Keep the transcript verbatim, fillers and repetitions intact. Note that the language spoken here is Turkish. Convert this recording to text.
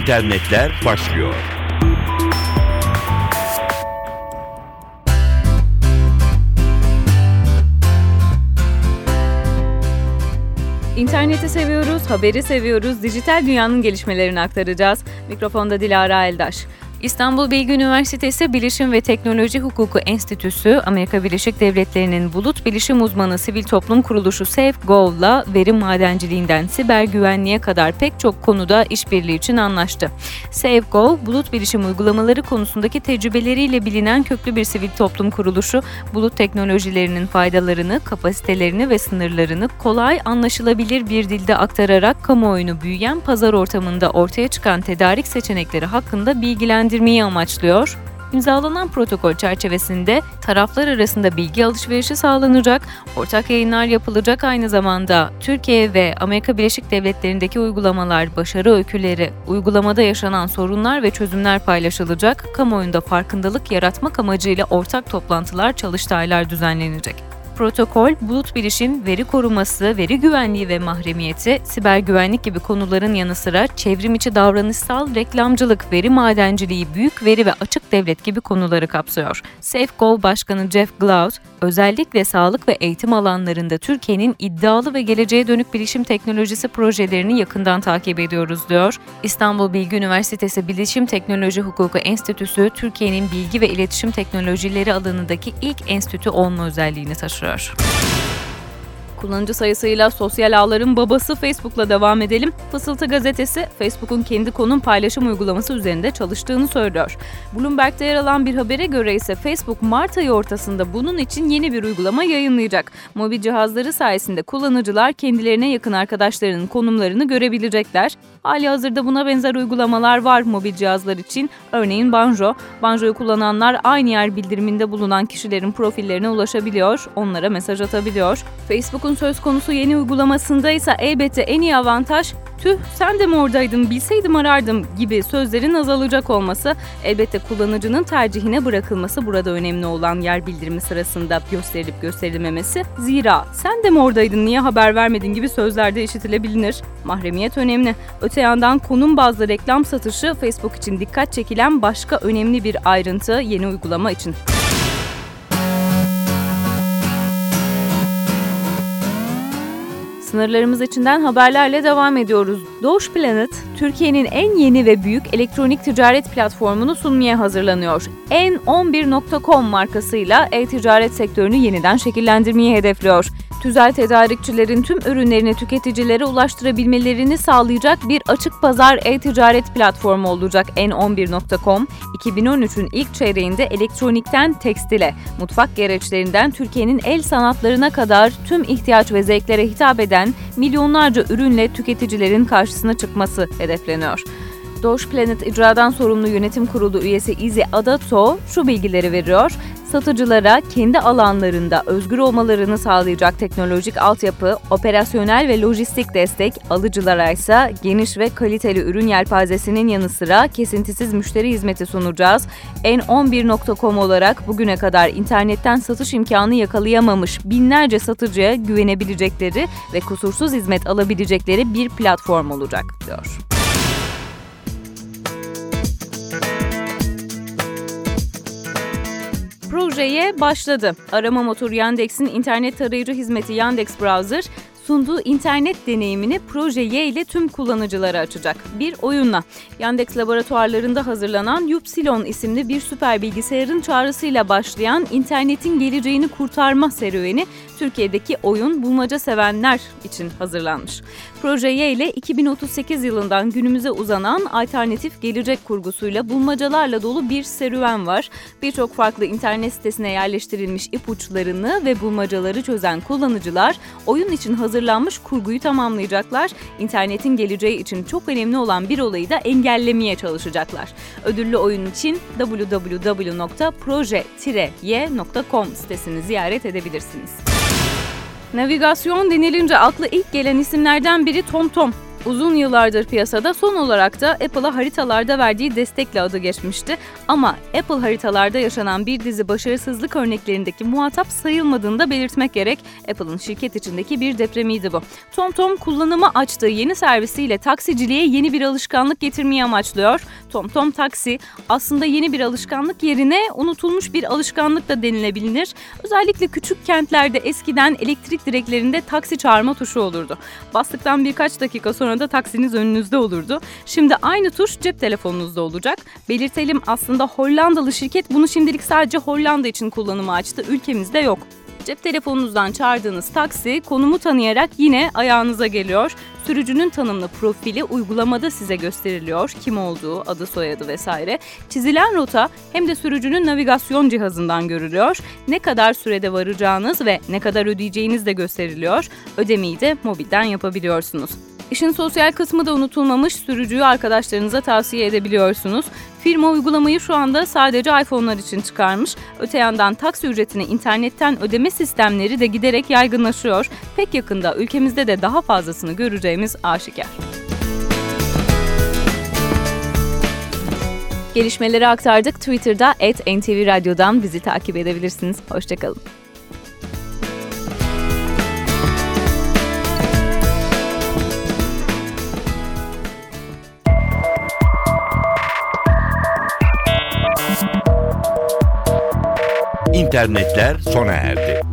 İnternetler başlıyor. İnterneti seviyoruz, haberi seviyoruz, dijital dünyanın gelişmelerini aktaracağız. Mikrofonda Dilara Eldaş. İstanbul Bilgi Üniversitesi Bilişim ve Teknoloji Hukuku Enstitüsü, Amerika Birleşik Devletleri'nin bulut bilişim uzmanı sivil toplum kuruluşu SafeGov'la veri madenciliğinden siber güvenliğe kadar pek çok konuda işbirliği için anlaştı. SafeGov, bulut bilişim uygulamaları konusundaki tecrübeleriyle bilinen köklü bir sivil toplum kuruluşu, bulut teknolojilerinin faydalarını, kapasitelerini ve sınırlarını kolay, anlaşılabilir bir dilde aktararak kamuoyunu büyüyen pazar ortamında ortaya çıkan tedarik seçenekleri hakkında bilgilendirmeyi amaçlıyor. İmzalanan protokol çerçevesinde taraflar arasında bilgi alışverişi sağlanacak, ortak yayınlar yapılacak, aynı zamanda Türkiye ve Amerika Birleşik Devletleri'ndeki uygulamalar, başarı öyküleri, uygulamada yaşanan sorunlar ve çözümler paylaşılacak, kamuoyunda farkındalık yaratmak amacıyla ortak toplantılar, çalıştaylar düzenlenecek. Protokol, bulut bilişim, veri koruması, veri güvenliği ve mahremiyeti, siber güvenlik gibi konuların yanı sıra çevrim içi davranışsal, reklamcılık, veri madenciliği, büyük veri ve açık devlet gibi konuları kapsıyor. SafeGov Başkanı Jeff Glaude, özellikle sağlık ve eğitim alanlarında Türkiye'nin iddialı ve geleceğe dönük bilişim teknolojisi projelerini yakından takip ediyoruz diyor. İstanbul Bilgi Üniversitesi Bilişim Teknoloji Hukuku Enstitüsü, Türkiye'nin bilgi ve iletişim teknolojileri alanındaki ilk enstitü olma özelliğini taşıyor. Kullanıcı sayısıyla sosyal ağların babası Facebook'la devam edelim. Fısıltı gazetesi, Facebook'un kendi konum paylaşım uygulaması üzerinde çalıştığını söylüyor. Bloomberg'de yer alan bir habere göre ise Facebook Mart ayı ortasında bunun için yeni bir uygulama yayınlayacak. Mobil cihazları sayesinde kullanıcılar kendilerine yakın arkadaşlarının konumlarını görebilecekler. Halihazırda buna benzer uygulamalar var mobil cihazlar için. Örneğin Banjo. Banjo'yu kullananlar aynı yer bildiriminde bulunan kişilerin profillerine ulaşabiliyor, onlara mesaj atabiliyor. Facebook'un söz konusu yeni uygulamasında ise elbette en iyi avantaj, "Tüh, sen de mi oradaydın, bilseydim arardım" gibi sözlerin azalacak olması. Elbette kullanıcının tercihine bırakılması burada önemli olan, yer bildirimi sırasında gösterilip gösterilmemesi. Zira "sen de mi oradaydın, niye haber vermedin" gibi sözler de işitilebilir. Mahremiyet önemli. Öte yandan konum bazlı reklam satışı Facebook için dikkat çekilen başka önemli bir ayrıntı yeni uygulama için. Sınırlarımız içinden haberlerle devam ediyoruz. Doge Planet, Türkiye'nin en yeni ve büyük elektronik ticaret platformunu sunmaya hazırlanıyor. en on bir nokta com markasıyla e-ticaret sektörünü yeniden şekillendirmeyi hedefliyor. Tüzel tedarikçilerin tüm ürünlerini tüketicilere ulaştırabilmelerini sağlayacak bir açık pazar e-ticaret platformu olacak en on bir nokta com. iki bin on üçün ilk çeyreğinde elektronikten tekstile, mutfak gereçlerinden Türkiye'nin el sanatlarına kadar tüm ihtiyaç ve zevklere hitap eden milyonlarca ürünle tüketicilerin karşısına çıkması hedefleniyor. Doge Planet İcradan Sorumlu Yönetim Kurulu üyesi Izzy Adato şu bilgileri veriyor. Satıcılara kendi alanlarında özgür olmalarını sağlayacak teknolojik altyapı, operasyonel ve lojistik destek, alıcılara ise geniş ve kaliteli ürün yelpazesinin yanı sıra kesintisiz müşteri hizmeti sunacağız. en on bir nokta com olarak bugüne kadar internetten satış imkanı yakalayamamış binlerce satıcıya güvenebilecekleri ve kusursuz hizmet alabilecekleri bir platform olacak, diyor. Projeye başladı. Arama motoru Yandex'in internet tarayıcı hizmeti Yandex Browser, sunduğu internet deneyimini Proje Y ile tüm kullanıcılara açacak. Bir oyunla. Yandex laboratuvarlarında hazırlanan Yupsilon isimli bir süper bilgisayarın çağrısıyla başlayan internetin geleceğini kurtarma serüveni Türkiye'deki oyun bulmaca sevenler için hazırlanmış. Proje Y ile iki bin otuz sekiz yılından günümüze uzanan alternatif gelecek kurgusuyla bulmacalarla dolu bir serüven var. Birçok farklı internet sitesine yerleştirilmiş ipuçlarını ve bulmacaları çözen kullanıcılar oyun için hazırlanmış kurguyu tamamlayacaklar. İnternetin geleceği için çok önemli olan bir olayı da engellemeye çalışacaklar. Ödüllü oyun için double-u double-u double-u nokta proje y nokta com sitesini ziyaret edebilirsiniz. Navigasyon denilince akla ilk gelen isimlerden biri TomTom. Uzun yıllardır piyasada, son olarak da Apple'a haritalarda verdiği destekle adı geçmişti. Ama Apple haritalarda yaşanan bir dizi başarısızlık örneklerindeki muhatap sayılmadığını da belirtmek gerek. Apple'ın şirket içindeki bir depremiydi bu. TomTom kullanıma açtığı yeni servisiyle taksiciliğe yeni bir alışkanlık getirmeyi amaçlıyor. TomTom Taksi aslında yeni bir alışkanlık yerine unutulmuş bir alışkanlık da denilebilir. Özellikle küçük kentlerde eskiden elektrik direklerinde taksi çağırma tuşu olurdu. Bastıktan birkaç dakika sonra da taksiniz önünüzde olurdu. Şimdi aynı tuş cep telefonunuzda olacak. Belirtelim, aslında Hollandalı şirket bunu şimdilik sadece Hollanda için kullanıma açtı. Ülkemizde yok. Cep telefonunuzdan çağırdığınız taksi konumu tanıyarak yine ayağınıza geliyor. Sürücünün tanımlı profili uygulamada size gösteriliyor. Kim olduğu, adı, soyadı vesaire. Çizilen rota hem de sürücünün navigasyon cihazından görülüyor. Ne kadar sürede varacağınız ve ne kadar ödeyeceğiniz de gösteriliyor. Ödemeyi de mobilden yapabiliyorsunuz. İşin sosyal kısmı da unutulmamış, sürücüyü arkadaşlarınıza tavsiye edebiliyorsunuz. Firma uygulamayı şu anda sadece iPhone'lar için çıkarmış. Öte yandan taksi ücretini internetten ödeme sistemleri de giderek yaygınlaşıyor. Pek yakında ülkemizde de daha fazlasını göreceğimiz aşikar. Gelişmeleri aktardık. Twitter'da et N T V Radyo'dan bizi takip edebilirsiniz. Hoşçakalın. İnternetler sona erdi.